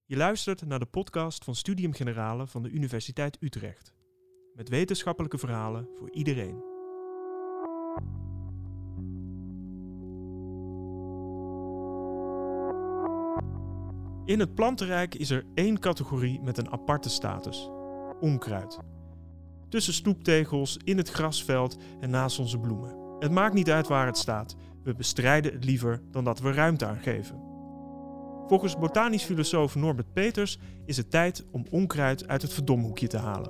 Je luistert naar de podcast van Studium Generale van de Universiteit Utrecht. Met wetenschappelijke verhalen voor iedereen. In het plantenrijk is er één categorie met een aparte status: onkruid. Tussen snoeptegels, in het grasveld en naast onze bloemen. Het maakt niet uit waar het staat. We bestrijden het liever dan dat we ruimte aan geven. Volgens botanisch filosoof Norbert Peters is het tijd om onkruid uit het verdomhoekje te halen.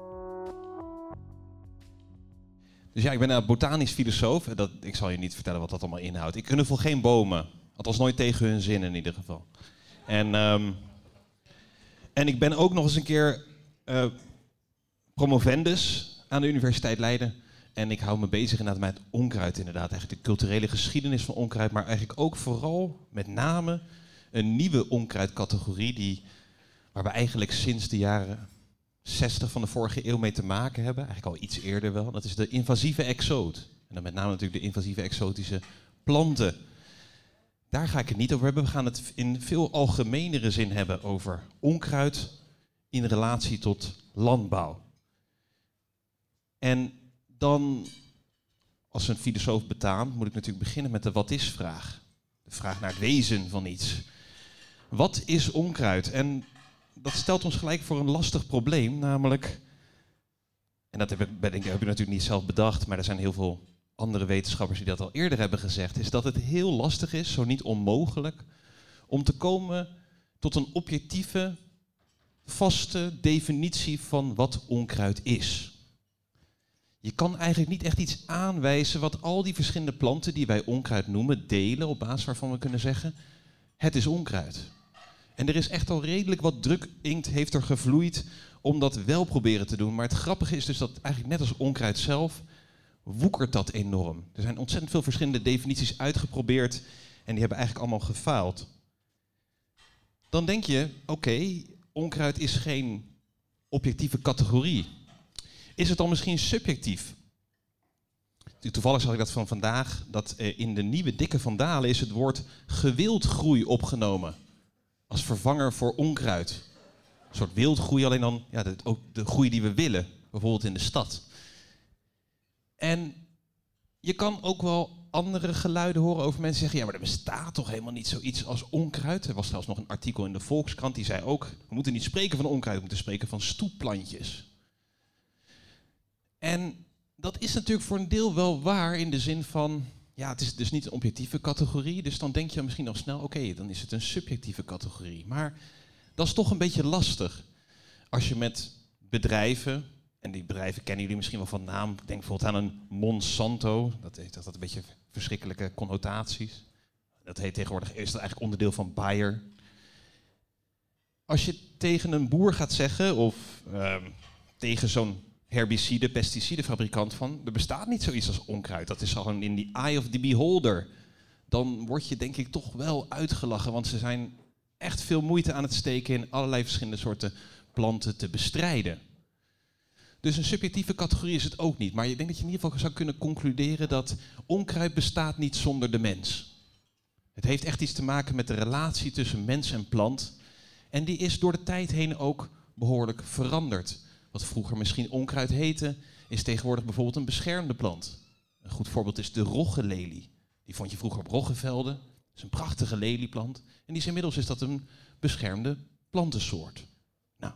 Dus ja, ik ben een botanisch filosoof. Ik zal je niet vertellen wat dat allemaal inhoudt. Ik knuffel geen bomen. Althans nooit tegen hun zin in ieder geval. En ik ben ook nog eens een keer promovendus aan de Universiteit Leiden. En ik hou me bezig inderdaad met onkruid inderdaad. Eigenlijk de culturele geschiedenis van onkruid. Maar eigenlijk ook vooral met name een nieuwe onkruidcategorie waar we eigenlijk sinds de jaren 60 van de vorige eeuw mee te maken hebben. Eigenlijk al iets eerder wel. Dat is de invasieve exoot. En dan met name natuurlijk de invasieve exotische planten. Daar ga ik het niet over hebben. We gaan het in veel algemenere zin hebben over onkruid in relatie tot landbouw. En dan, als een filosoof betaamt, moet ik natuurlijk beginnen met de wat-is-vraag. De vraag naar het wezen van iets. Wat is onkruid? En dat stelt ons gelijk voor een lastig probleem, namelijk, en dat heb ik natuurlijk niet zelf bedacht, maar er zijn heel veel andere wetenschappers die dat al eerder hebben gezegd, is dat het heel lastig is, zo niet onmogelijk, om te komen tot een objectieve, vaste definitie van wat onkruid is. Je kan eigenlijk niet echt iets aanwijzen wat al die verschillende planten die wij onkruid noemen, delen, op basis waarvan we kunnen zeggen, het is onkruid. En er is echt al redelijk wat drukinkt heeft er gevloeid om dat wel proberen te doen. Maar het grappige is dus dat eigenlijk net als onkruid zelf, woekert dat enorm. Er zijn ontzettend veel verschillende definities uitgeprobeerd en die hebben eigenlijk allemaal gefaald. Dan denk je, oké, onkruid is geen objectieve categorie. Is het dan misschien subjectief? Toevallig zag ik dat van vandaag, dat in de nieuwe Dikke van Dalen is het woord gewildgroei opgenomen. Als vervanger voor onkruid. Een soort wildgroei, alleen dan ook de groei die we willen. Bijvoorbeeld in de stad. En je kan ook wel andere geluiden horen over mensen die zeggen, ja, maar er bestaat toch helemaal niet zoiets als onkruid. Er was zelfs nog een artikel in de Volkskrant die zei ook, we moeten niet spreken van onkruid, we moeten spreken van stoepplantjes. En dat is natuurlijk voor een deel wel waar in de zin van, ja, het is dus niet een objectieve categorie, dus dan denk je misschien al snel, oké, dan is het een subjectieve categorie. Maar dat is toch een beetje lastig. Als je met bedrijven, en die bedrijven kennen jullie misschien wel van naam, denk bijvoorbeeld aan een Monsanto, dat heeft een beetje verschrikkelijke connotaties. Dat heet tegenwoordig, is dat eigenlijk onderdeel van Bayer. Als je tegen een boer gaat zeggen, of tegen zo'n herbicide, pesticidefabrikant van, er bestaat niet zoiets als onkruid. Dat is al in die eye of the beholder. Dan word je denk ik toch wel uitgelachen, want ze zijn echt veel moeite aan het steken in allerlei verschillende soorten planten te bestrijden. Dus een subjectieve categorie is het ook niet. Maar ik denk dat je in ieder geval zou kunnen concluderen dat onkruid bestaat niet zonder de mens. Het heeft echt iets te maken met de relatie tussen mens en plant. En die is door de tijd heen ook behoorlijk veranderd. Wat vroeger misschien onkruid heette, is tegenwoordig bijvoorbeeld een beschermde plant. Een goed voorbeeld is de roggelelie. Die vond je vroeger op roggevelden. Dat is een prachtige lelieplant. En inmiddels is dat een beschermde plantensoort. Nou.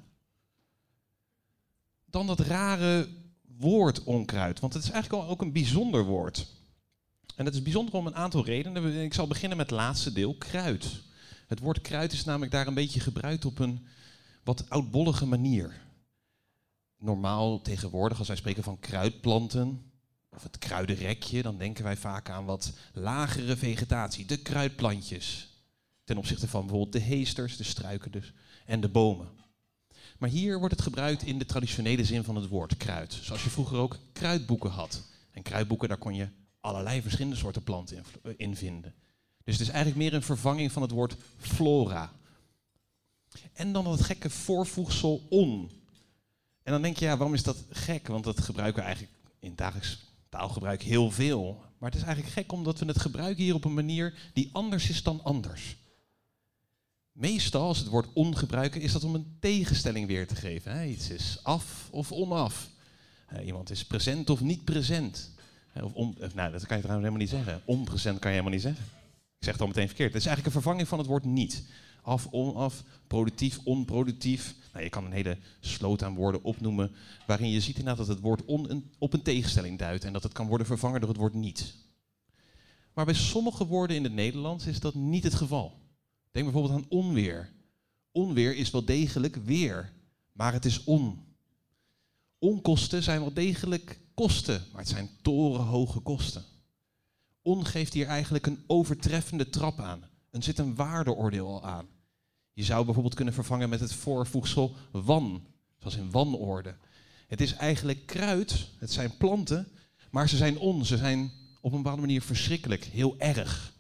Dan dat rare woord onkruid. Want het is eigenlijk ook een bijzonder woord. En dat is bijzonder om een aantal redenen. Ik zal beginnen met het laatste deel, kruid. Het woord kruid is namelijk daar een beetje gebruikt op een wat oudbollige manier. Normaal tegenwoordig, als wij spreken van kruidplanten, of het kruidenrekje, dan denken wij vaak aan wat lagere vegetatie, de kruidplantjes. Ten opzichte van bijvoorbeeld de heesters, de struiken dus, en de bomen. Maar hier wordt het gebruikt in de traditionele zin van het woord kruid. Zoals je vroeger ook kruidboeken had. En kruidboeken, daar kon je allerlei verschillende soorten planten in vinden. Dus het is eigenlijk meer een vervanging van het woord flora. En dan dat gekke voorvoegsel on. En dan denk je, ja, waarom is dat gek? Want dat gebruiken we eigenlijk in dagelijks taalgebruik heel veel. Maar het is eigenlijk gek omdat we het gebruiken hier op een manier die anders is dan anders. Meestal, als het woord ongebruiken, is dat om een tegenstelling weer te geven. Hè? Iets is af of onaf. Iemand is present of niet present. Nou, dat kan je trouwens helemaal niet zeggen. Onpresent kan je helemaal niet zeggen. Ik zeg het al meteen verkeerd. Het is eigenlijk een vervanging van het woord niet. Af, onaf, productief, onproductief. Nou, je kan een hele sloot aan woorden opnoemen waarin je ziet inderdaad dat het woord op een tegenstelling duidt en dat het kan worden vervangen door het woord niet. Maar bij sommige woorden in het Nederlands is dat niet het geval. Denk bijvoorbeeld aan onweer. Onweer is wel degelijk weer, maar het is on. Onkosten zijn wel degelijk kosten, maar het zijn torenhoge kosten. On geeft hier eigenlijk een overtreffende trap aan. Er zit een waardeoordeel al aan. Je zou bijvoorbeeld kunnen vervangen met het voorvoegsel wan, zoals in wanorde. Het is eigenlijk kruid, het zijn planten, maar ze zijn on, ze zijn op een bepaalde manier verschrikkelijk, heel erg.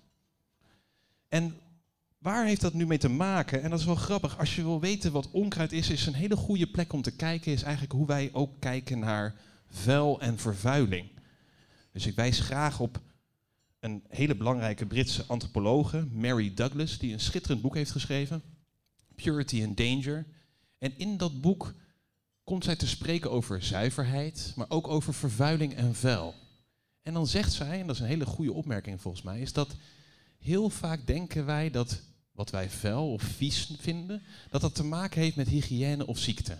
En waar heeft dat nu mee te maken? En dat is wel grappig, als je wil weten wat onkruid is een hele goede plek om te kijken, is eigenlijk hoe wij ook kijken naar vuil en vervuiling. Dus ik wijs graag op een hele belangrijke Britse antropologe, Mary Douglas, die een schitterend boek heeft geschreven, Purity and Danger. En in dat boek komt zij te spreken over zuiverheid, maar ook over vervuiling en vuil. En dan zegt zij, en dat is een hele goede opmerking volgens mij, is dat heel vaak denken wij dat wat wij vuil of vies vinden, dat dat te maken heeft met hygiëne of ziekte.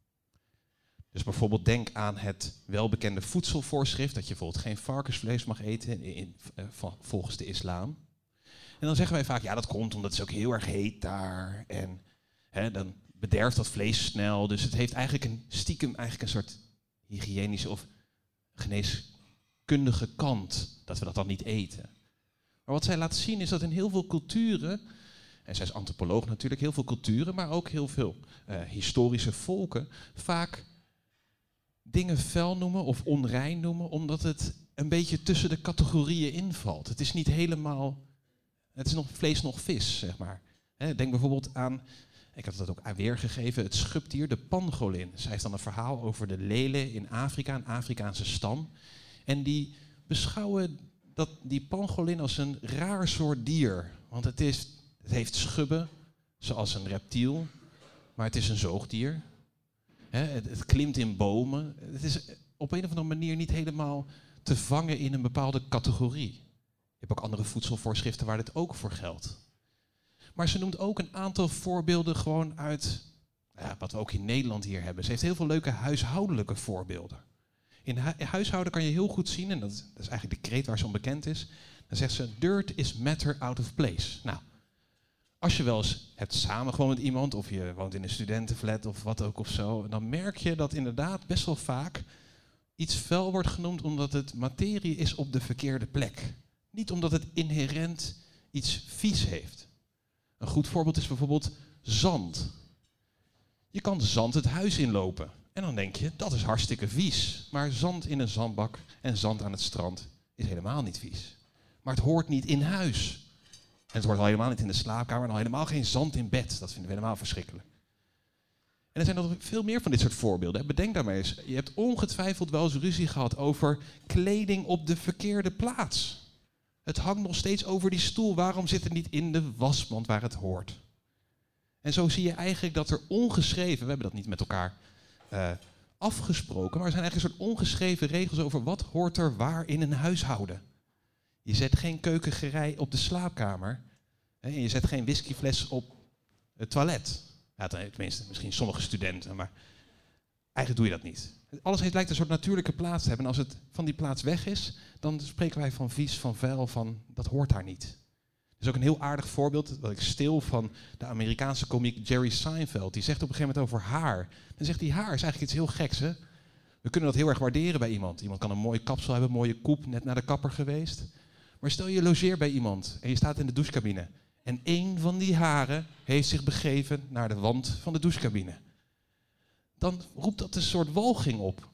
Dus bijvoorbeeld denk aan het welbekende voedselvoorschrift, dat je bijvoorbeeld geen varkensvlees mag eten volgens de islam. En dan zeggen wij vaak, ja dat komt omdat het is ook heel erg heet daar en dan bederft dat vlees snel. Dus het heeft eigenlijk een soort hygiënische of geneeskundige kant dat we dat dan niet eten. Maar wat zij laat zien is dat in heel veel culturen, en zij is antropoloog natuurlijk, heel veel culturen, maar ook heel veel historische volken, vaak dingen vuil noemen of onrein noemen, omdat het een beetje tussen de categorieën invalt. Het is niet helemaal, het is nog vlees nog vis, zeg maar. Denk bijvoorbeeld aan, ik had dat ook weergegeven, het schubdier, de pangolin. Zij heeft dan een verhaal over de lele in Afrika, een Afrikaanse stam. En die beschouwen die pangolin als een raar soort dier. Want het heeft schubben, zoals een reptiel, maar het is een zoogdier. Het klimt in bomen. Het is op een of andere manier niet helemaal te vangen in een bepaalde categorie. Je hebt ook andere voedselvoorschriften waar dit ook voor geldt. Maar ze noemt ook een aantal voorbeelden gewoon uit wat we ook in Nederland hier hebben. Ze heeft heel veel leuke huishoudelijke voorbeelden. In huishouden kan je heel goed zien, en dat is eigenlijk de kreet waar ze onbekend is. Dan zegt ze, dirt is matter out of place. Nou, als je wel eens hebt samengewoond met iemand, of je woont in een studentenflat of wat ook of zo, dan merk je dat inderdaad best wel vaak iets vuil wordt genoemd omdat het materie is op de verkeerde plek. Niet omdat het inherent iets vies heeft. Een goed voorbeeld is bijvoorbeeld zand. Je kan zand het huis inlopen en dan denk je, dat is hartstikke vies. Maar zand in een zandbak en zand aan het strand is helemaal niet vies. Maar het hoort niet in huis. En het hoort al helemaal niet in de slaapkamer en al helemaal geen zand in bed. Dat vinden we helemaal verschrikkelijk. En er zijn nog veel meer van dit soort voorbeelden. Bedenk daarmee eens, je hebt ongetwijfeld wel eens ruzie gehad over kleding op de verkeerde plaats. Het hangt nog steeds over die stoel. Waarom zit het niet in de wasmand waar het hoort? En zo zie je eigenlijk dat er ongeschreven, we hebben dat niet met elkaar afgesproken, maar er zijn eigenlijk een soort ongeschreven regels over wat hoort er waar in een huishouden. Je zet geen keukengerei op de slaapkamer. En je zet geen whiskyfles op het toilet. Ja, tenminste, misschien sommige studenten, maar eigenlijk doe je dat niet. Alles lijkt een soort natuurlijke plaats te hebben. En als het van die plaats weg is, dan spreken wij van vies, van vuil, van dat hoort daar niet. Er is ook een heel aardig voorbeeld dat ik steel van de Amerikaanse komiek Jerry Seinfeld. Die zegt op een gegeven moment over haar. Dan zegt hij, haar is eigenlijk iets heel geks, hè? We kunnen dat heel erg waarderen bij iemand. Iemand kan een mooie kapsel hebben, een mooie koep, net naar de kapper geweest. Maar stel je logeert bij iemand en je staat in de douchecabine. En één van die haren heeft zich begeven naar de wand van de douchecabine. Dan roept dat een soort walging op.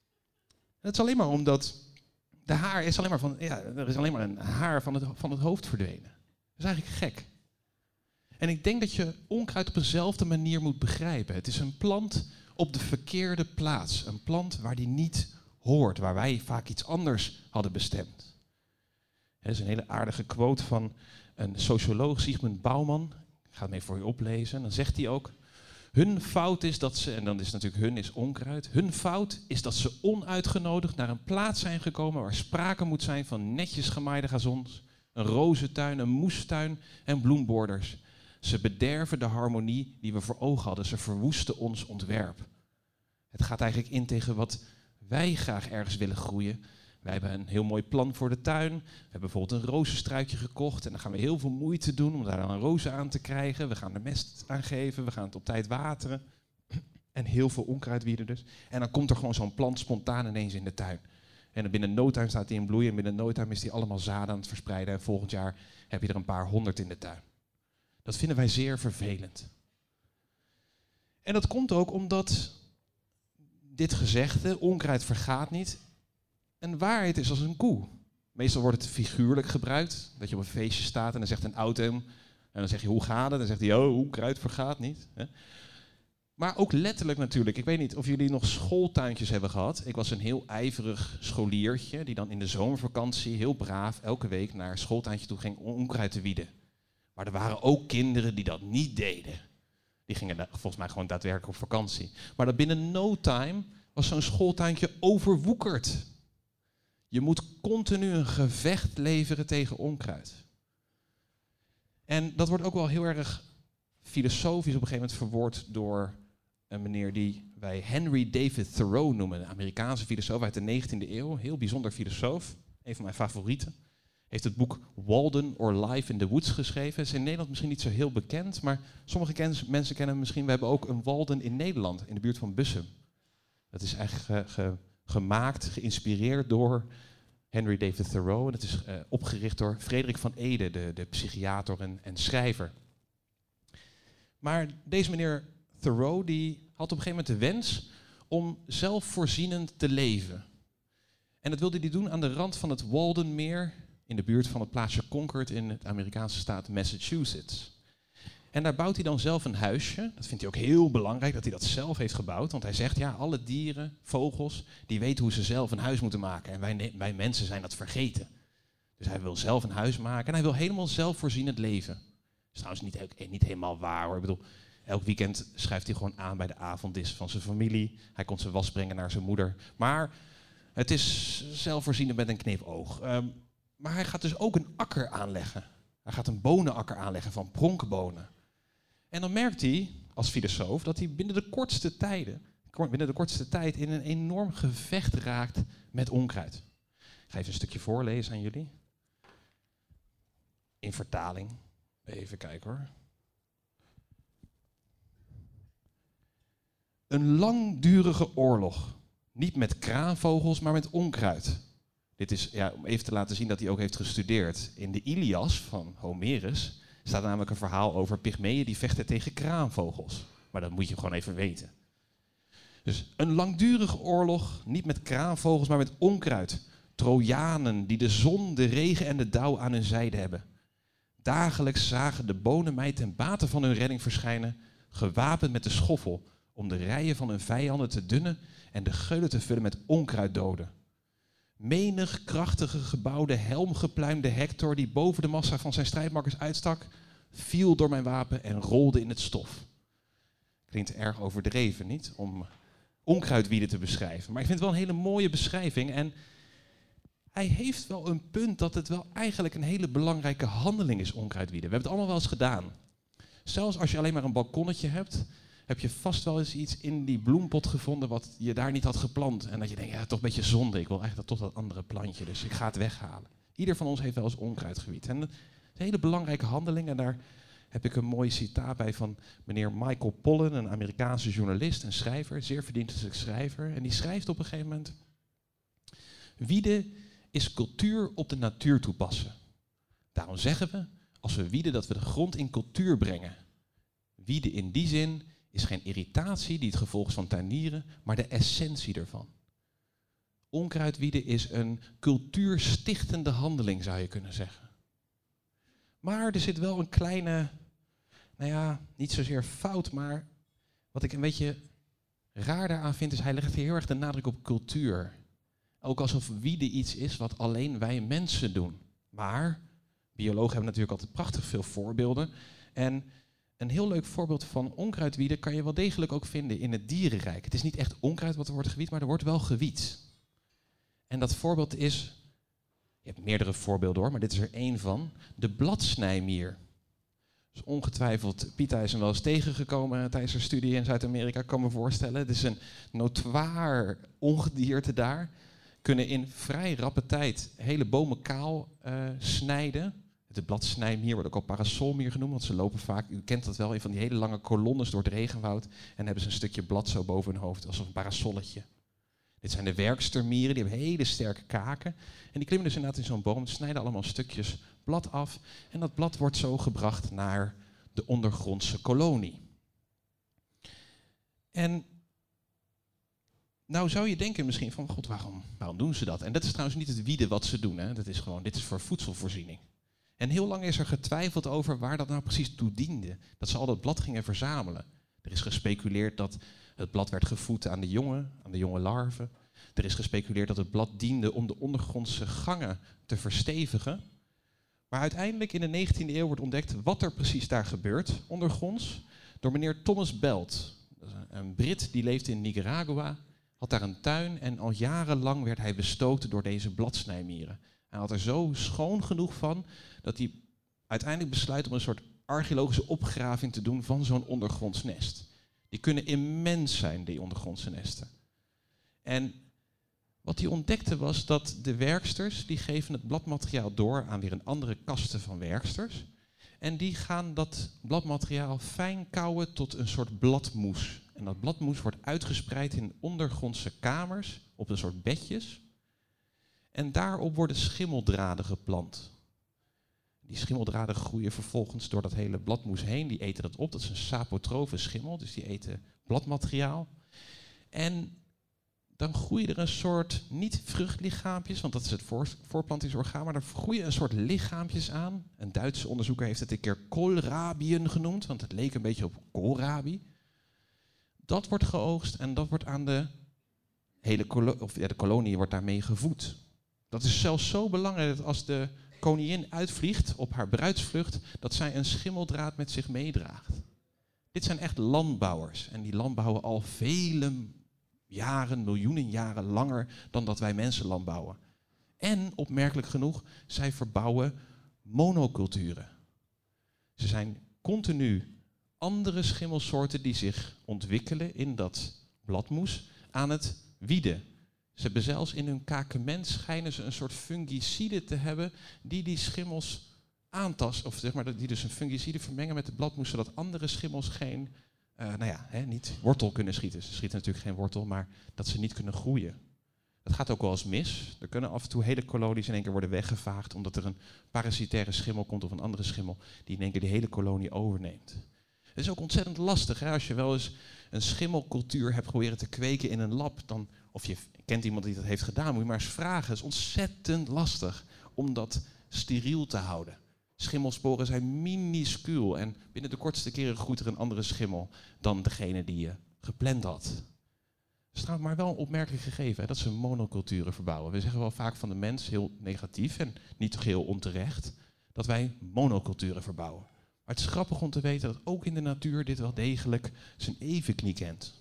Het is alleen maar omdat de haar is alleen maar van, er is alleen maar een haar van het hoofd verdwenen. Dat is eigenlijk gek. En ik denk dat je onkruid op eenzelfde manier moet begrijpen. Het is een plant op de verkeerde plaats. Een plant waar die niet hoort, waar wij vaak iets anders hadden bestemd. Er is een hele aardige quote van een socioloog, Zygmunt Bauman. Ik Ik ga het mee voor je oplezen. Dan zegt hij ook, hun fout is dat ze, en dan is natuurlijk hun is onkruid, hun fout is dat ze onuitgenodigd naar een plaats zijn gekomen waar sprake moet zijn van netjes gemaaide gazons, een rozentuin, een moestuin en bloemborders. Ze bederven de harmonie die we voor ogen hadden. Ze verwoesten ons ontwerp. Het gaat eigenlijk in tegen wat wij graag ergens willen groeien. Wij hebben een heel mooi plan voor de tuin. We hebben bijvoorbeeld een rozenstruikje gekocht. En dan gaan we heel veel moeite doen om daar dan een rozen aan te krijgen. We gaan er mest aan geven. We gaan het op tijd wateren. En heel veel onkruidwieden dus. En dan komt er gewoon zo'n plant spontaan ineens in de tuin. En binnen no time staat die in bloei. En binnen no time is die allemaal zaden aan het verspreiden. En volgend jaar heb je er een paar 100 in de tuin. Dat vinden wij zeer vervelend. En dat komt ook omdat dit gezegde, onkruid vergaat niet, een waarheid is als een koe. Meestal wordt het figuurlijk gebruikt. Dat je op een feestje staat en dan zegt een oud hem, en dan zeg je hoe gaat het? Dan zegt hij, oh, onkruid vergaat niet. Hè? Maar ook letterlijk natuurlijk. Ik weet niet of jullie nog schooltuintjes hebben gehad. Ik was een heel ijverig scholiertje die dan in de zomervakantie heel braaf elke week naar een schooltuintje toe ging om onkruid te wieden. Maar er waren ook kinderen die dat niet deden. Die gingen volgens mij gewoon daadwerkelijk op vakantie. Maar dat binnen no time was zo'n schooltuintje overwoekerd. Je moet continu een gevecht leveren tegen onkruid. En dat wordt ook wel heel erg filosofisch op een gegeven moment verwoord door een meneer die wij Henry David Thoreau noemen. Een Amerikaanse filosoof uit de 19e eeuw. Heel bijzonder filosoof. Een van mijn favorieten. Heeft het boek Walden or Life in the Woods geschreven. Het is in Nederland misschien niet zo heel bekend, maar sommige mensen kennen misschien. We hebben ook een Walden in Nederland, in de buurt van Bussum. Dat is eigenlijk gemaakt, geïnspireerd door Henry David Thoreau. En het is opgericht door Frederik van Eede, de psychiater en schrijver. Maar deze meneer Thoreau die had op een gegeven moment de wens om zelfvoorzienend te leven. En dat wilde hij doen aan de rand van het Waldenmeer, in de buurt van het plaatsje Concord in het Amerikaanse staat Massachusetts. En daar bouwt hij dan zelf een huisje. Dat vindt hij ook heel belangrijk dat hij dat zelf heeft gebouwd. Want hij zegt, ja, alle dieren, vogels, die weten hoe ze zelf een huis moeten maken. En wij mensen zijn dat vergeten. Dus hij wil zelf een huis maken en hij wil helemaal zelfvoorzienend leven. Dat is trouwens niet helemaal waar hoor. Ik bedoel, elk weekend schuift hij gewoon aan bij de avonddienst van zijn familie. Hij komt zijn was brengen naar zijn moeder. Maar het is zelfvoorzienend met een knipoog. Maar hij gaat dus ook een akker aanleggen. Hij gaat een bonenakker aanleggen van pronkbonen. En dan merkt hij, als filosoof, dat hij binnen de kortste tijd in een enorm gevecht raakt met onkruid. Ik ga even een stukje voorlezen aan jullie. In vertaling. Even kijken hoor. Een langdurige oorlog. Niet met kraanvogels, maar met onkruid. Dit is om even te laten zien dat hij ook heeft gestudeerd. In de Ilias van Homerus staat namelijk een verhaal over Pygmeeën die vechten tegen kraanvogels. Maar dat moet je gewoon even weten. Dus een langdurige oorlog, niet met kraanvogels, maar met onkruid. Trojanen die de zon, de regen en de dauw aan hun zijde hebben. Dagelijks zagen de bonen mij ten bate van hun redding verschijnen, gewapend met de schoffel, om de rijen van hun vijanden te dunnen en de geulen te vullen met onkruiddoden. Menig krachtige gebouwde, helmgepluimde Hector die boven de massa van zijn strijdmakkers uitstak, viel door mijn wapen en rolde in het stof. Klinkt erg overdreven, niet? Om onkruidwieden te beschrijven. Maar ik vind het wel een hele mooie beschrijving. En hij heeft wel een punt dat het wel eigenlijk een hele belangrijke handeling is, onkruidwieden. We hebben het allemaal wel eens gedaan. Zelfs als je alleen maar een balkonnetje hebt, heb je vast wel eens iets in die bloempot gevonden wat je daar niet had geplant. En dat je denkt, ja, toch een beetje zonde. Ik wil eigenlijk toch dat andere plantje, dus ik ga het weghalen. Ieder van ons heeft wel eens onkruidgewied. En het is een hele belangrijke handeling. En daar heb ik een mooi citaat bij van meneer Michael Pollan, een Amerikaanse journalist en schrijver, zeer verdienstelijk schrijver. En die schrijft op een gegeven moment: wieden is cultuur op de natuur toepassen. Daarom zeggen we, als we wieden, dat we de grond in cultuur brengen. Wieden in die zin is geen irritatie die het gevolg is van tuinieren, maar de essentie ervan. Onkruidwieden is een cultuurstichtende handeling, zou je kunnen zeggen. Maar er zit wel een kleine, niet zozeer fout, maar wat ik een beetje raar daaraan vind, is hij legt heel erg de nadruk op cultuur. Ook alsof wieden iets is wat alleen wij mensen doen. Maar biologen hebben natuurlijk altijd prachtig veel voorbeelden. En een heel leuk voorbeeld van onkruidwieden kan je wel degelijk ook vinden in het dierenrijk. Het is niet echt onkruid wat er wordt gewied, maar er wordt wel gewied. En dat voorbeeld is, je hebt meerdere voorbeelden hoor, maar dit is er één van, de bladsnijmier. Dus ongetwijfeld, Pieter is hem wel eens tegengekomen tijdens haar studie in Zuid-Amerika, kan me voorstellen. Het is een notoir ongedierte daar. Kunnen in vrij rappe tijd hele bomen kaal snijden. De bladsnijmier wordt ook al parasolmier genoemd, want ze lopen vaak, u kent dat wel, van die hele lange kolonnes door het regenwoud. En hebben ze een stukje blad zo boven hun hoofd, alsof een parasolletje. Dit zijn de werkstermieren, die hebben hele sterke kaken. En die klimmen dus inderdaad in zo'n boom, snijden allemaal stukjes blad af. En dat blad wordt zo gebracht naar de ondergrondse kolonie. En nou zou je denken misschien van, god, waarom doen ze dat? En dat is trouwens niet het wieden wat ze doen, hè? Dat is gewoon, dit is voor voedselvoorziening. En heel lang is er getwijfeld over waar dat nou precies toe diende. Dat ze al dat blad gingen verzamelen. Er is gespeculeerd dat het blad werd gevoed aan de jonge larven. Er is gespeculeerd dat het blad diende om de ondergrondse gangen te verstevigen. Maar uiteindelijk in de 19e eeuw wordt ontdekt wat er precies daar gebeurt, ondergronds, door meneer Thomas Belt. Een Brit die leefde in Nicaragua, had daar een tuin en al jarenlang werd hij bestoken door deze bladsnijmieren. Hij had er zo schoon genoeg van dat hij uiteindelijk besluit om een soort archeologische opgraving te doen van zo'n ondergronds nest. Die kunnen immens zijn, die ondergrondse nesten. En wat hij ontdekte was dat de werksters, die geven het bladmateriaal door aan weer een andere kaste van werksters. En die gaan dat bladmateriaal fijn kauwen tot een soort bladmoes. En dat bladmoes wordt uitgespreid in ondergrondse kamers, op een soort bedjes. En daarop worden schimmeldraden geplant. Die schimmeldraden groeien vervolgens door dat hele bladmoes heen. Die eten dat op. Dat is een sapotrofe schimmel, dus die eten bladmateriaal. En dan groeien er een soort, niet vruchtlichaampjes, want dat is het voorplantingsorgaan, maar er groeien een soort lichaampjes aan. Een Duitse onderzoeker heeft het een keer koolrabien genoemd, want het leek een beetje op koolrabi. Dat wordt geoogst en dat wordt aan de hele de kolonie wordt daarmee gevoed. Dat is zelfs zo belangrijk dat als de koningin uitvliegt op haar bruidsvlucht, dat zij een schimmeldraad met zich meedraagt. Dit zijn echt landbouwers en die landbouwen al vele jaren, miljoenen jaren langer dan dat wij mensen landbouwen. En, opmerkelijk genoeg, zij verbouwen monoculturen. Ze zijn continu andere schimmelsoorten die zich ontwikkelen in dat bladmoes aan het wieden. Ze hebben zelfs in hun kakement schijnen ze een soort fungicide te hebben die schimmels aantasten, of zeg maar die dus een fungicide vermengen met de bladmoes, zodat andere schimmels geen, niet wortel kunnen schieten. Ze schieten natuurlijk geen wortel, maar dat ze niet kunnen groeien. Dat gaat ook wel eens mis. Er kunnen af en toe hele kolonies in één keer worden weggevaagd omdat er een parasitaire schimmel komt of een andere schimmel die in één keer de hele kolonie overneemt. Het is ook ontzettend lastig, hè? Als je wel eens een schimmelcultuur hebt proberen te kweken in een lab, dan, of je kent iemand die dat heeft gedaan, moet je maar eens vragen. Het is ontzettend lastig om dat steriel te houden. Schimmelsporen zijn minuscuul en binnen de kortste keren groeit er een andere schimmel dan degene die je gepland had. Het is trouwens maar wel een opmerkelijk gegeven, hè, dat ze monoculturen verbouwen. We zeggen wel vaak van de mens, heel negatief en niet geheel onterecht, dat wij monoculturen verbouwen. Maar het is grappig om te weten dat ook in de natuur dit wel degelijk zijn evenknie kent.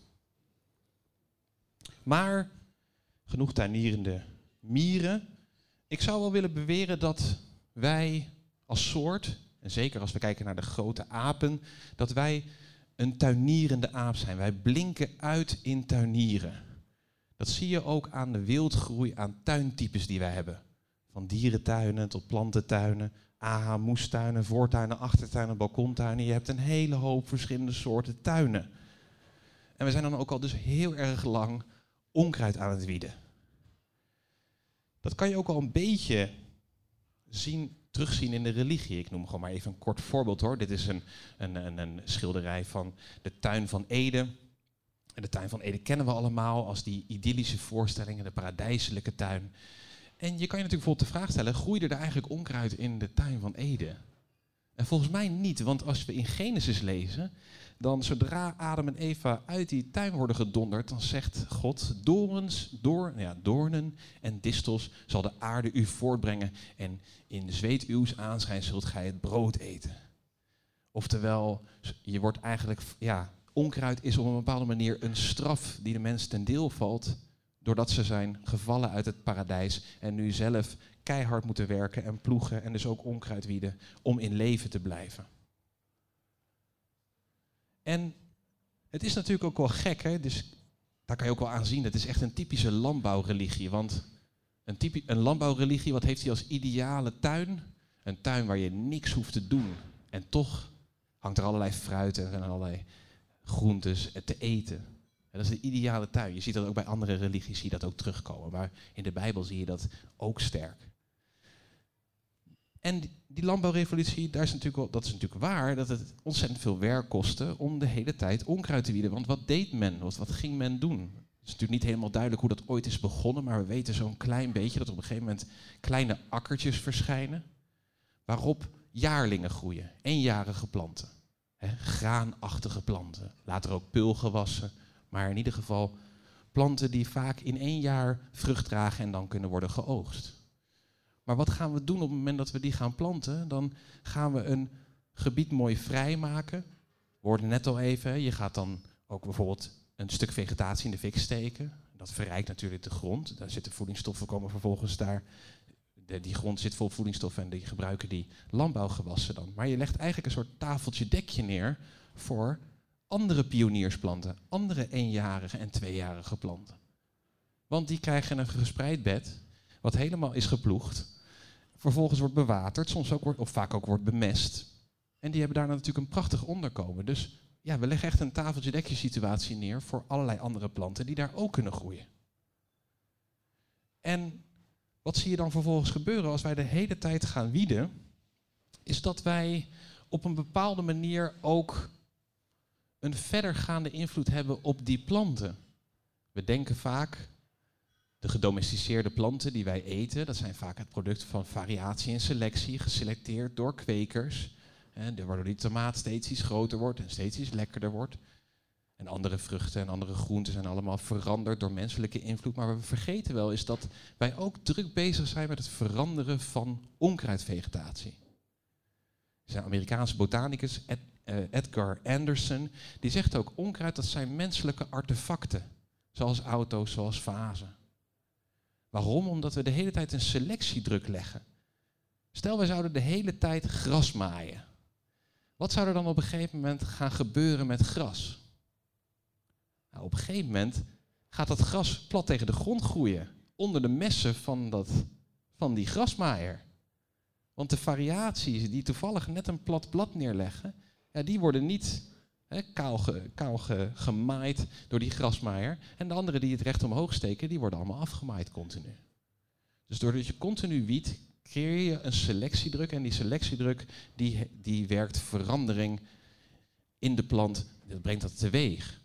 Maar, genoeg tuinierende mieren. Ik zou wel willen beweren dat wij als soort, en zeker als we kijken naar de grote apen, dat wij een tuinierende aap zijn. Wij blinken uit in tuinieren. Dat zie je ook aan de wildgroei aan tuintypes die wij hebben. Van dierentuinen tot plantentuinen, moestuinen, voortuinen, achtertuinen, balkontuinen. Je hebt een hele hoop verschillende soorten tuinen. En we zijn dan ook al dus heel erg lang onkruid aan het wieden. Dat kan je ook al een beetje terugzien in de religie. Ik noem gewoon maar even een kort voorbeeld hoor. Dit is een schilderij van de tuin van Eden. En de tuin van Eden kennen we allemaal als die idyllische voorstellingen, de paradijselijke tuin. En je kan je natuurlijk bijvoorbeeld de vraag stellen, groeide er eigenlijk onkruid in de tuin van Eden? En volgens mij niet, want als we in Genesis lezen, dan zodra Adam en Eva uit die tuin worden gedonderd, dan zegt God, doornen en distels zal de aarde u voortbrengen en in zweet uws aanschijn zult gij het brood eten. Oftewel, je wordt eigenlijk, onkruid is op een bepaalde manier een straf die de mens ten deel valt, doordat ze zijn gevallen uit het paradijs en nu zelf keihard moeten werken en ploegen en dus ook onkruid wieden om in leven te blijven. En het is natuurlijk ook wel gek, hè? Dus daar kan je ook wel aan zien, het is echt een typische landbouwreligie. Want een landbouwreligie, wat heeft hij als ideale tuin? Een tuin waar je niks hoeft te doen. En toch hangt er allerlei fruit en allerlei groentes te eten. En dat is de ideale tuin. Je ziet dat ook bij andere religies, zie je dat ook terugkomen. Maar in de Bijbel zie je dat ook sterk. En die landbouwrevolutie, dat is natuurlijk waar, dat het ontzettend veel werk kostte om de hele tijd onkruid te wieden. Want wat deed men? Wat ging men doen? Het is natuurlijk niet helemaal duidelijk hoe dat ooit is begonnen, maar we weten zo'n klein beetje dat er op een gegeven moment kleine akkertjes verschijnen, waarop jaarlingen groeien, eenjarige planten. Graanachtige planten, later ook peulgewassen, maar in ieder geval planten die vaak in 1 jaar vrucht dragen en dan kunnen worden geoogst. Maar wat gaan we doen op het moment dat we die gaan planten? Dan gaan we een gebied mooi vrijmaken. We hoorden net al even, je gaat dan ook bijvoorbeeld een stuk vegetatie in de fik steken. Dat verrijkt natuurlijk de grond. Daar zitten voedingsstoffen, komen vervolgens daar. Die grond zit vol voedingsstoffen en die gebruiken die landbouwgewassen dan. Maar je legt eigenlijk een soort tafeltje dekje neer voor andere pioniersplanten. Andere 1-jarige en 2-jarige planten. Want die krijgen een gespreid bed, wat helemaal is geploegd. Vervolgens wordt bewaterd, soms ook of vaak ook wordt bemest. En die hebben daar natuurlijk een prachtig onderkomen. Dus ja, we leggen echt een tafeltje dekje situatie neer voor allerlei andere planten die daar ook kunnen groeien. En wat zie je dan vervolgens gebeuren als wij de hele tijd gaan wieden? Is dat wij op een bepaalde manier ook een verdergaande invloed hebben op die planten. We denken vaak, de gedomesticeerde planten die wij eten, dat zijn vaak het product van variatie en selectie, geselecteerd door kwekers. Waardoor die tomaat steeds iets groter wordt en steeds iets lekkerder wordt. En andere vruchten en andere groenten zijn allemaal veranderd door menselijke invloed. Maar wat we vergeten wel is dat wij ook druk bezig zijn met het veranderen van onkruidvegetatie. Er is een Amerikaanse botanicus, Edgar Anderson, die zegt ook, onkruid dat zijn menselijke artefacten. Zoals auto's, zoals vazen. Waarom? Omdat we de hele tijd een selectiedruk leggen. Stel, wij zouden de hele tijd gras maaien. Wat zou er dan op een gegeven moment gaan gebeuren met gras? Nou, op een gegeven moment gaat dat gras plat tegen de grond groeien. Onder de messen van die grasmaaier. Want de variaties die toevallig net een plat blad neerleggen, ja, die worden niet kaal gemaaid door die grasmaaier. En de andere die het recht omhoog steken, die worden allemaal afgemaaid continu. Dus doordat je continu wiedt, creëer je een selectiedruk. En die selectiedruk die werkt verandering in de plant. Dat brengt dat teweeg.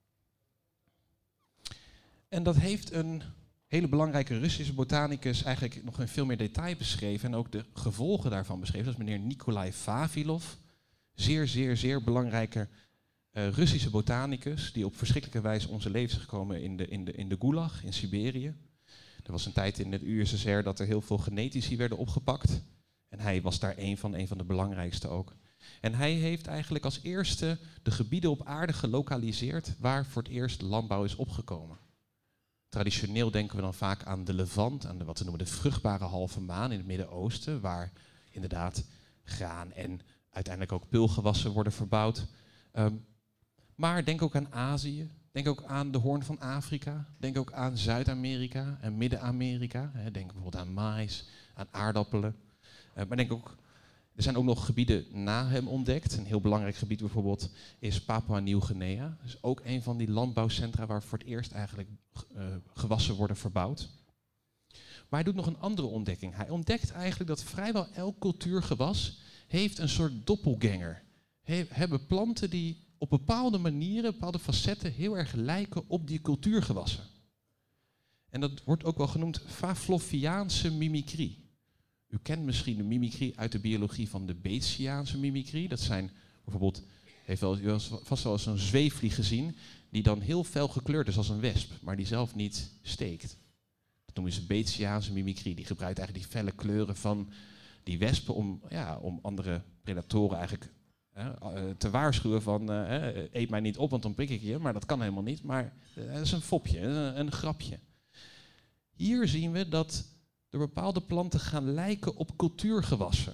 En dat heeft een hele belangrijke Russische botanicus eigenlijk nog in veel meer detail beschreven. En ook de gevolgen daarvan beschreven. Dat is meneer Nikolai Vavilov. Zeer, zeer, zeer belangrijke Russische botanicus. Die op verschrikkelijke wijze om zijn leven is gekomen in de Gulag, in Siberië. Er was een tijd in het USSR dat er heel veel genetici werden opgepakt. En hij was daar een van de belangrijkste ook. En hij heeft eigenlijk als eerste de gebieden op aarde gelokaliseerd waar voor het eerst landbouw is opgekomen. Traditioneel denken we dan vaak aan de Levant, aan wat we noemen de vruchtbare halve maan in het Midden-Oosten, waar inderdaad graan en uiteindelijk ook peulgewassen worden verbouwd. Maar denk ook aan Azië, denk ook aan de Hoorn van Afrika, denk ook aan Zuid-Amerika en Midden-Amerika. Denk bijvoorbeeld aan maïs, aan aardappelen. Maar denk ook, er zijn ook nog gebieden na hem ontdekt. Een heel belangrijk gebied bijvoorbeeld is Papua-Nieuw-Guinea. Dus ook een van die landbouwcentra waar voor het eerst eigenlijk gewassen worden verbouwd. Maar hij doet nog een andere ontdekking. Hij ontdekt eigenlijk dat vrijwel elk cultuurgewas heeft een soort doppelganger. Hebben planten die op bepaalde manieren, bepaalde facetten heel erg lijken op die cultuurgewassen. En dat wordt ook wel genoemd Pavloviaanse mimicrie. U kent misschien de mimicrie uit de biologie van de Batesiaanse mimicrie. Dat zijn bijvoorbeeld, u heeft vast wel eens een zweefvlieg gezien, die dan heel fel gekleurd is als een wesp, maar die zelf niet steekt. Dat noemen ze Batesiaanse mimicrie. Die gebruikt eigenlijk die felle kleuren van die wespen om andere predatoren eigenlijk te waarschuwen van eet mij niet op, want dan prik ik je. Maar dat kan helemaal niet. Maar dat is een fopje, een grapje. Hier zien we dat er bepaalde planten gaan lijken op cultuurgewassen.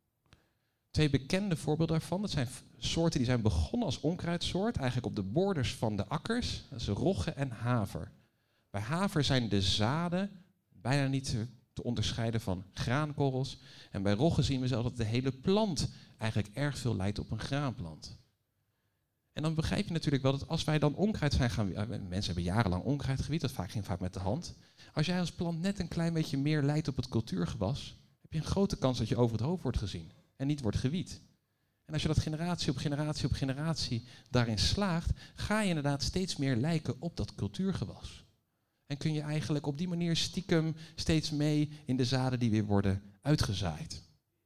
2 bekende voorbeelden daarvan. Dat zijn soorten die zijn begonnen als onkruidsoort, eigenlijk op de borders van de akkers. Dat is rogge en haver. Bij haver zijn de zaden bijna niet te onderscheiden van graankorrels. En bij rogge zien we zelfs dat de hele plant eigenlijk erg veel lijkt op een graanplant. En dan begrijp je natuurlijk wel dat als wij dan onkruid zijn gaan... mensen hebben jarenlang onkruid gewied, dat ging vaak met de hand. Als jij als plant net een klein beetje meer lijkt op het cultuurgewas, heb je een grote kans dat je over het hoofd wordt gezien en niet wordt gewied. En als je dat generatie op generatie op generatie daarin slaagt, ga je inderdaad steeds meer lijken op dat cultuurgewas. En kun je eigenlijk op die manier stiekem steeds mee in de zaden die weer worden uitgezaaid.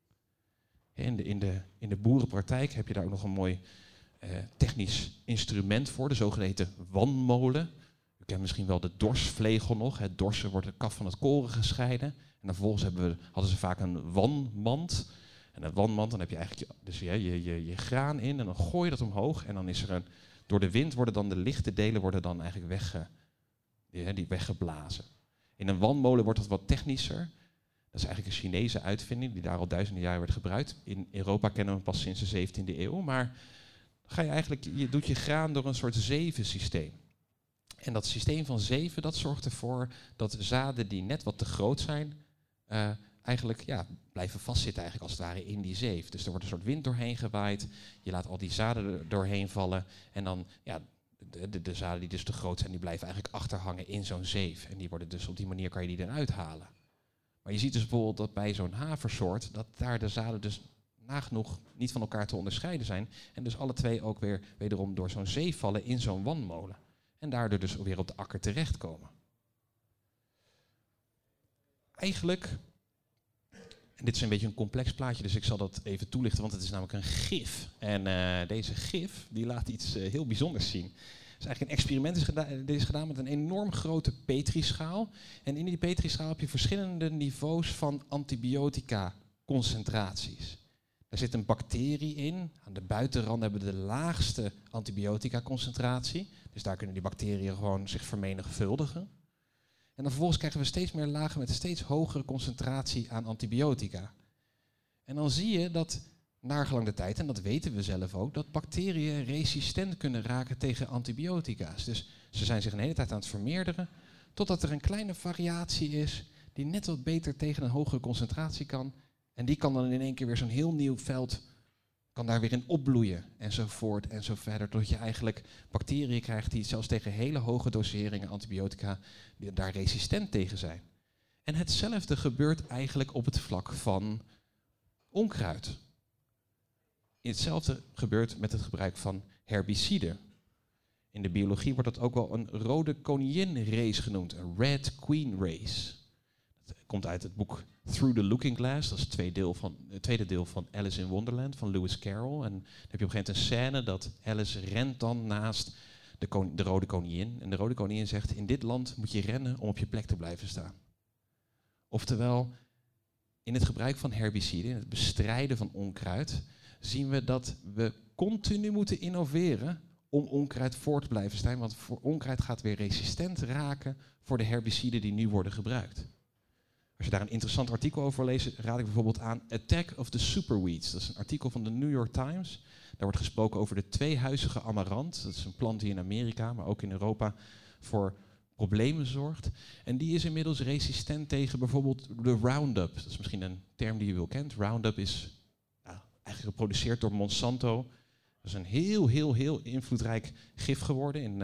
In de boerenpraktijk heb je daar ook nog een mooi technisch instrument voor, de zogeheten wanmolen. U kent misschien wel de dorsvlegel nog. Het dorsen wordt de kaf van het koren gescheiden. En dan vervolgens hadden ze vaak een wanmand. En een wanmand, dan heb je eigenlijk je graan in en dan gooi je dat omhoog. En dan is er door de wind worden dan de lichte delen eigenlijk weggeblazen. In een wanmolen wordt dat wat technischer. Dat is eigenlijk een Chinese uitvinding die daar al duizenden jaren werd gebruikt. In Europa kennen we hem pas sinds de 17e eeuw. Maar je doet je graan door een soort zevensysteem. En dat systeem van zeven, dat zorgt ervoor dat zaden die net wat te groot zijn, blijven vastzitten eigenlijk als het ware in die zeef. Dus er wordt een soort wind doorheen gewaaid. Je laat al die zaden er doorheen vallen. En dan, de zaden die dus te groot zijn, die blijven eigenlijk achterhangen in zo'n zeef. En die worden dus op die manier kan je die eruit halen. Maar je ziet dus bijvoorbeeld dat bij zo'n haversoort, dat daar de zaden dus nagenoeg niet van elkaar te onderscheiden zijn. En dus alle twee ook wederom door zo'n zeef vallen in zo'n wanmolen. En daardoor dus weer op de akker terechtkomen. Eigenlijk, en dit is een beetje een complex plaatje, dus ik zal dat even toelichten, want het is namelijk een gif. En deze gif, die laat iets heel bijzonders zien. Het is eigenlijk een experiment, dit is gedaan met een enorm grote petrischaal. En in die petrischaal heb je verschillende niveaus van antibiotica concentraties. Er zit een bacterie in. Aan de buitenrand hebben we de laagste antibiotica-concentratie. Dus daar kunnen die bacteriën gewoon zich vermenigvuldigen. En dan vervolgens krijgen we steeds meer lagen met een steeds hogere concentratie aan antibiotica. En dan zie je dat, naargelang de tijd, en dat weten we zelf ook, dat bacteriën resistent kunnen raken tegen antibiotica's. Dus ze zijn zich een hele tijd aan het vermeerderen, totdat er een kleine variatie is die net wat beter tegen een hogere concentratie kan. En die kan dan in één keer weer zo'n heel nieuw veld, kan daar weer in opbloeien enzovoort en zo verder. Tot je eigenlijk bacteriën krijgt die zelfs tegen hele hoge doseringen antibiotica daar resistent tegen zijn. En hetzelfde gebeurt eigenlijk op het vlak van onkruid. Hetzelfde gebeurt met het gebruik van herbiciden. In de biologie wordt dat ook wel een rode konijnrace genoemd, een red queen race. Dat komt uit het boek Through the Looking Glass, dat is het tweede deel van Alice in Wonderland van Lewis Carroll. En dan heb je op een gegeven moment een scène dat Alice rent dan naast de rode koningin. En de rode koningin zegt, in dit land moet je rennen om op je plek te blijven staan. Oftewel, in het gebruik van herbiciden, in het bestrijden van onkruid, zien we dat we continu moeten innoveren om onkruid voor te blijven staan. Want voor onkruid gaat weer resistent raken voor de herbiciden die nu worden gebruikt. Als je daar een interessant artikel over leest, raad ik bijvoorbeeld aan Attack of the Superweeds. Dat is een artikel van de New York Times. Daar wordt gesproken over de tweehuizige amarant. Dat is een plant die in Amerika, maar ook in Europa voor problemen zorgt. En die is inmiddels resistent tegen bijvoorbeeld de Roundup. Dat is misschien een term die je wel kent. Roundup is eigenlijk geproduceerd door Monsanto. Dat is een heel invloedrijk gif geworden. In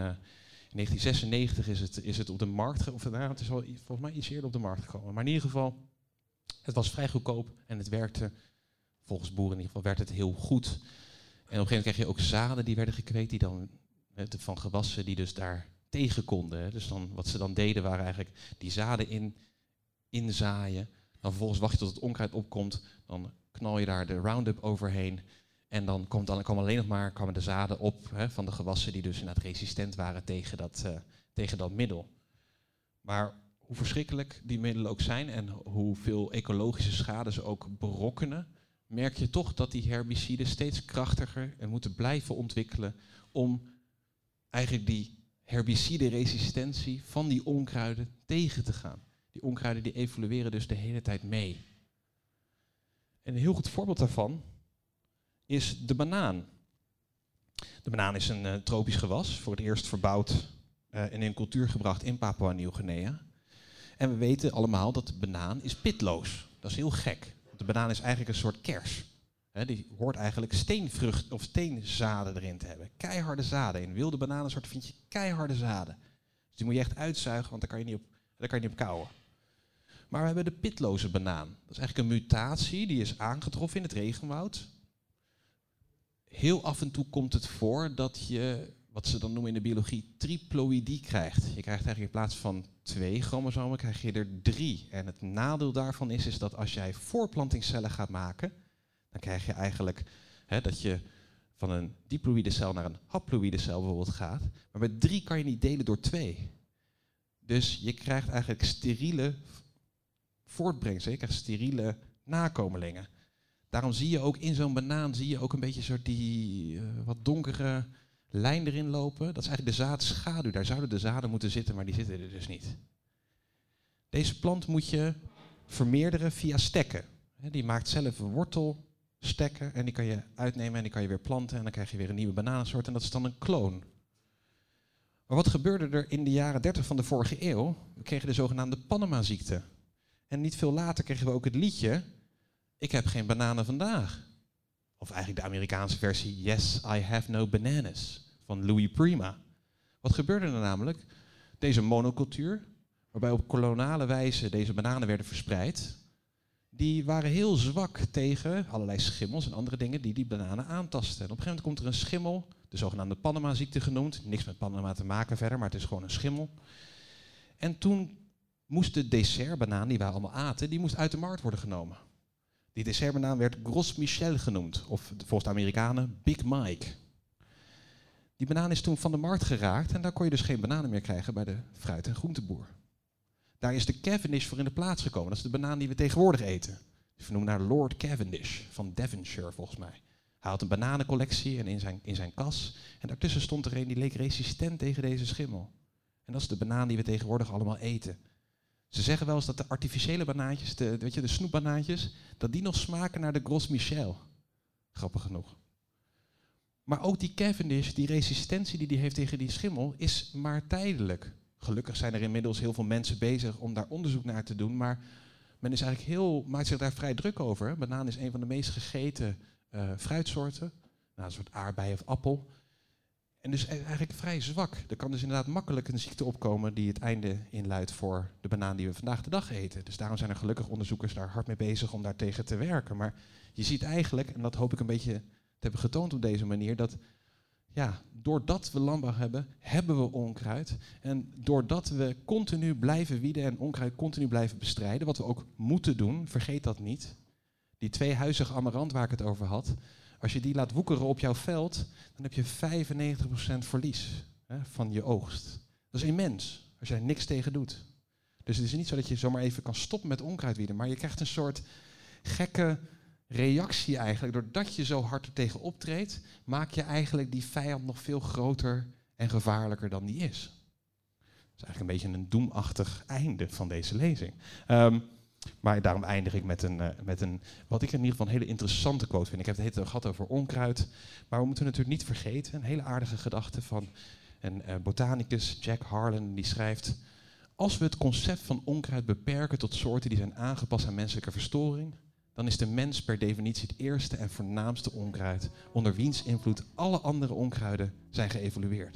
1996 is het op de markt het is wel volgens mij iets eerder op de markt gekomen. Maar in ieder geval, het was vrij goedkoop en het werkte, volgens boeren in ieder geval, werkte het heel goed. En op een gegeven moment kreeg je ook zaden die werden gekweekt, die dan, van gewassen die dus daar tegen konden. Dus dan, wat ze dan deden waren eigenlijk die zaden inzaaien. Dan vervolgens wacht je tot het onkruid opkomt, dan knal je daar de Roundup overheen. En dan kwamen de zaden op van de gewassen die dus inderdaad resistent waren tegen dat middel. Maar hoe verschrikkelijk die middelen ook zijn en hoeveel ecologische schade ze ook berokkenen, merk je toch dat die herbiciden steeds krachtiger en moeten blijven ontwikkelen om eigenlijk die herbicide-resistentie van die onkruiden tegen te gaan. Die onkruiden die evolueren dus de hele tijd mee. En een heel goed voorbeeld daarvan is de banaan. De banaan is een tropisch gewas, voor het eerst verbouwd en in cultuur gebracht in Papua-Nieuw-Guinea. En we weten allemaal dat de banaan is pitloos. Dat is heel gek. Want de banaan is eigenlijk een soort kers. Die hoort eigenlijk steenvrucht of steenzaden erin te hebben. Keiharde zaden. In wilde bananensoorten vind je keiharde zaden. Dus die moet je echt uitzuigen, want daar kan je niet op kauwen. Maar we hebben de pitloze banaan. Dat is eigenlijk een mutatie die is aangetroffen in het regenwoud. Heel af en toe komt het voor dat je, wat ze dan noemen in de biologie, triploïdie krijgt. Je krijgt eigenlijk in plaats van 2 chromosomen, krijg je er 3. En het nadeel daarvan is dat als jij voorplantingscellen gaat maken, dan krijg je eigenlijk dat je van een diploïde cel naar een haploïde cel bijvoorbeeld gaat. Maar bij 3 kan je niet delen door 2. Dus je krijgt eigenlijk steriele voortbrengselen, je krijgt steriele nakomelingen. Daarom zie je ook in zo'n banaan een beetje soort die wat donkere lijn erin lopen. Dat is eigenlijk de zaadschaduw. Daar zouden de zaden moeten zitten, maar die zitten er dus niet. Deze plant moet je vermeerderen via stekken. Die maakt zelf wortelstekken en die kan je uitnemen en die kan je weer planten en dan krijg je weer een nieuwe bananensoort en dat is dan een kloon. Maar wat gebeurde er in de jaren 30 van de vorige eeuw? We kregen de zogenaamde Panama-ziekte. En niet veel later kregen we ook het liedje Ik heb geen bananen vandaag. Of eigenlijk de Amerikaanse versie Yes, I have no bananas van Louis Prima. Wat gebeurde er namelijk? Deze monocultuur, waarbij op koloniale wijze deze bananen werden verspreid, die waren heel zwak tegen allerlei schimmels en andere dingen die bananen aantasten. En op een gegeven moment komt er een schimmel, de zogenaamde Panama-ziekte genoemd. Niks met Panama te maken verder, maar het is gewoon een schimmel. En toen moest de dessertbanaan die wij allemaal aten, die moest uit de markt worden genomen. Die dessertbanaan werd Gros Michel genoemd, of volgens de Amerikanen Big Mike. Die banaan is toen van de markt geraakt en daar kon je dus geen bananen meer krijgen bij de fruit- en groenteboer. Daar is de Cavendish voor in de plaats gekomen. Dat is de banaan die we tegenwoordig eten. Die vernoemd naar Lord Cavendish van Devonshire volgens mij. Hij had een bananencollectie en in zijn kas. En daartussen stond er een die leek resistent tegen deze schimmel. En dat is de banaan die we tegenwoordig allemaal eten. Ze zeggen wel eens dat de artificiële banaantjes, de snoepbanaantjes, dat die nog smaken naar de Gros Michel. Grappig genoeg. Maar ook die Cavendish, die resistentie die heeft tegen die schimmel, is maar tijdelijk. Gelukkig zijn er inmiddels heel veel mensen bezig om daar onderzoek naar te doen, maar men is eigenlijk maakt zich daar vrij druk over. Banaan is een van de meest gegeten fruitsoorten, een soort aardbei of appel. En dus eigenlijk vrij zwak. Er kan dus inderdaad makkelijk een ziekte opkomen die het einde inluidt voor de banaan die we vandaag de dag eten. Dus daarom zijn er gelukkig onderzoekers daar hard mee bezig om daartegen te werken. Maar je ziet eigenlijk, en dat hoop ik een beetje te hebben getoond op deze manier, dat doordat we landbouw hebben, hebben we onkruid. En doordat we continu blijven wieden en onkruid continu blijven bestrijden, wat we ook moeten doen, vergeet dat niet. Die 2-huizige amarant waar ik het over had, als je die laat woekeren op jouw veld, dan heb je 95% verlies van je oogst. Dat is immens, als jij niks tegen doet. Dus het is niet zo dat je zomaar even kan stoppen met onkruidwieden, maar je krijgt een soort gekke reactie eigenlijk. Doordat je zo hard er tegen optreedt, maak je eigenlijk die vijand nog veel groter en gevaarlijker dan die is. Dat is eigenlijk een beetje een doemachtig einde van deze lezing. Maar daarom eindig ik met een, wat ik in ieder geval een hele interessante quote vind. Ik heb het hele gehad over onkruid, maar we moeten natuurlijk niet vergeten, een hele aardige gedachte van een botanicus, Jack Harlan, die schrijft: als we het concept van onkruid beperken tot soorten die zijn aangepast aan menselijke verstoring, dan is de mens per definitie het eerste en voornaamste onkruid, onder wiens invloed alle andere onkruiden zijn geëvolueerd.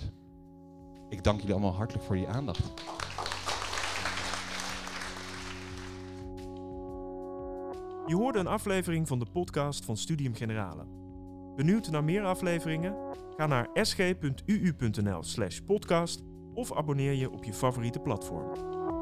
Ik dank jullie allemaal hartelijk voor je aandacht. Je hoorde een aflevering van de podcast van Studium Generale. Benieuwd naar meer afleveringen? Ga naar sg.uu.nl/podcast of abonneer je op je favoriete platform.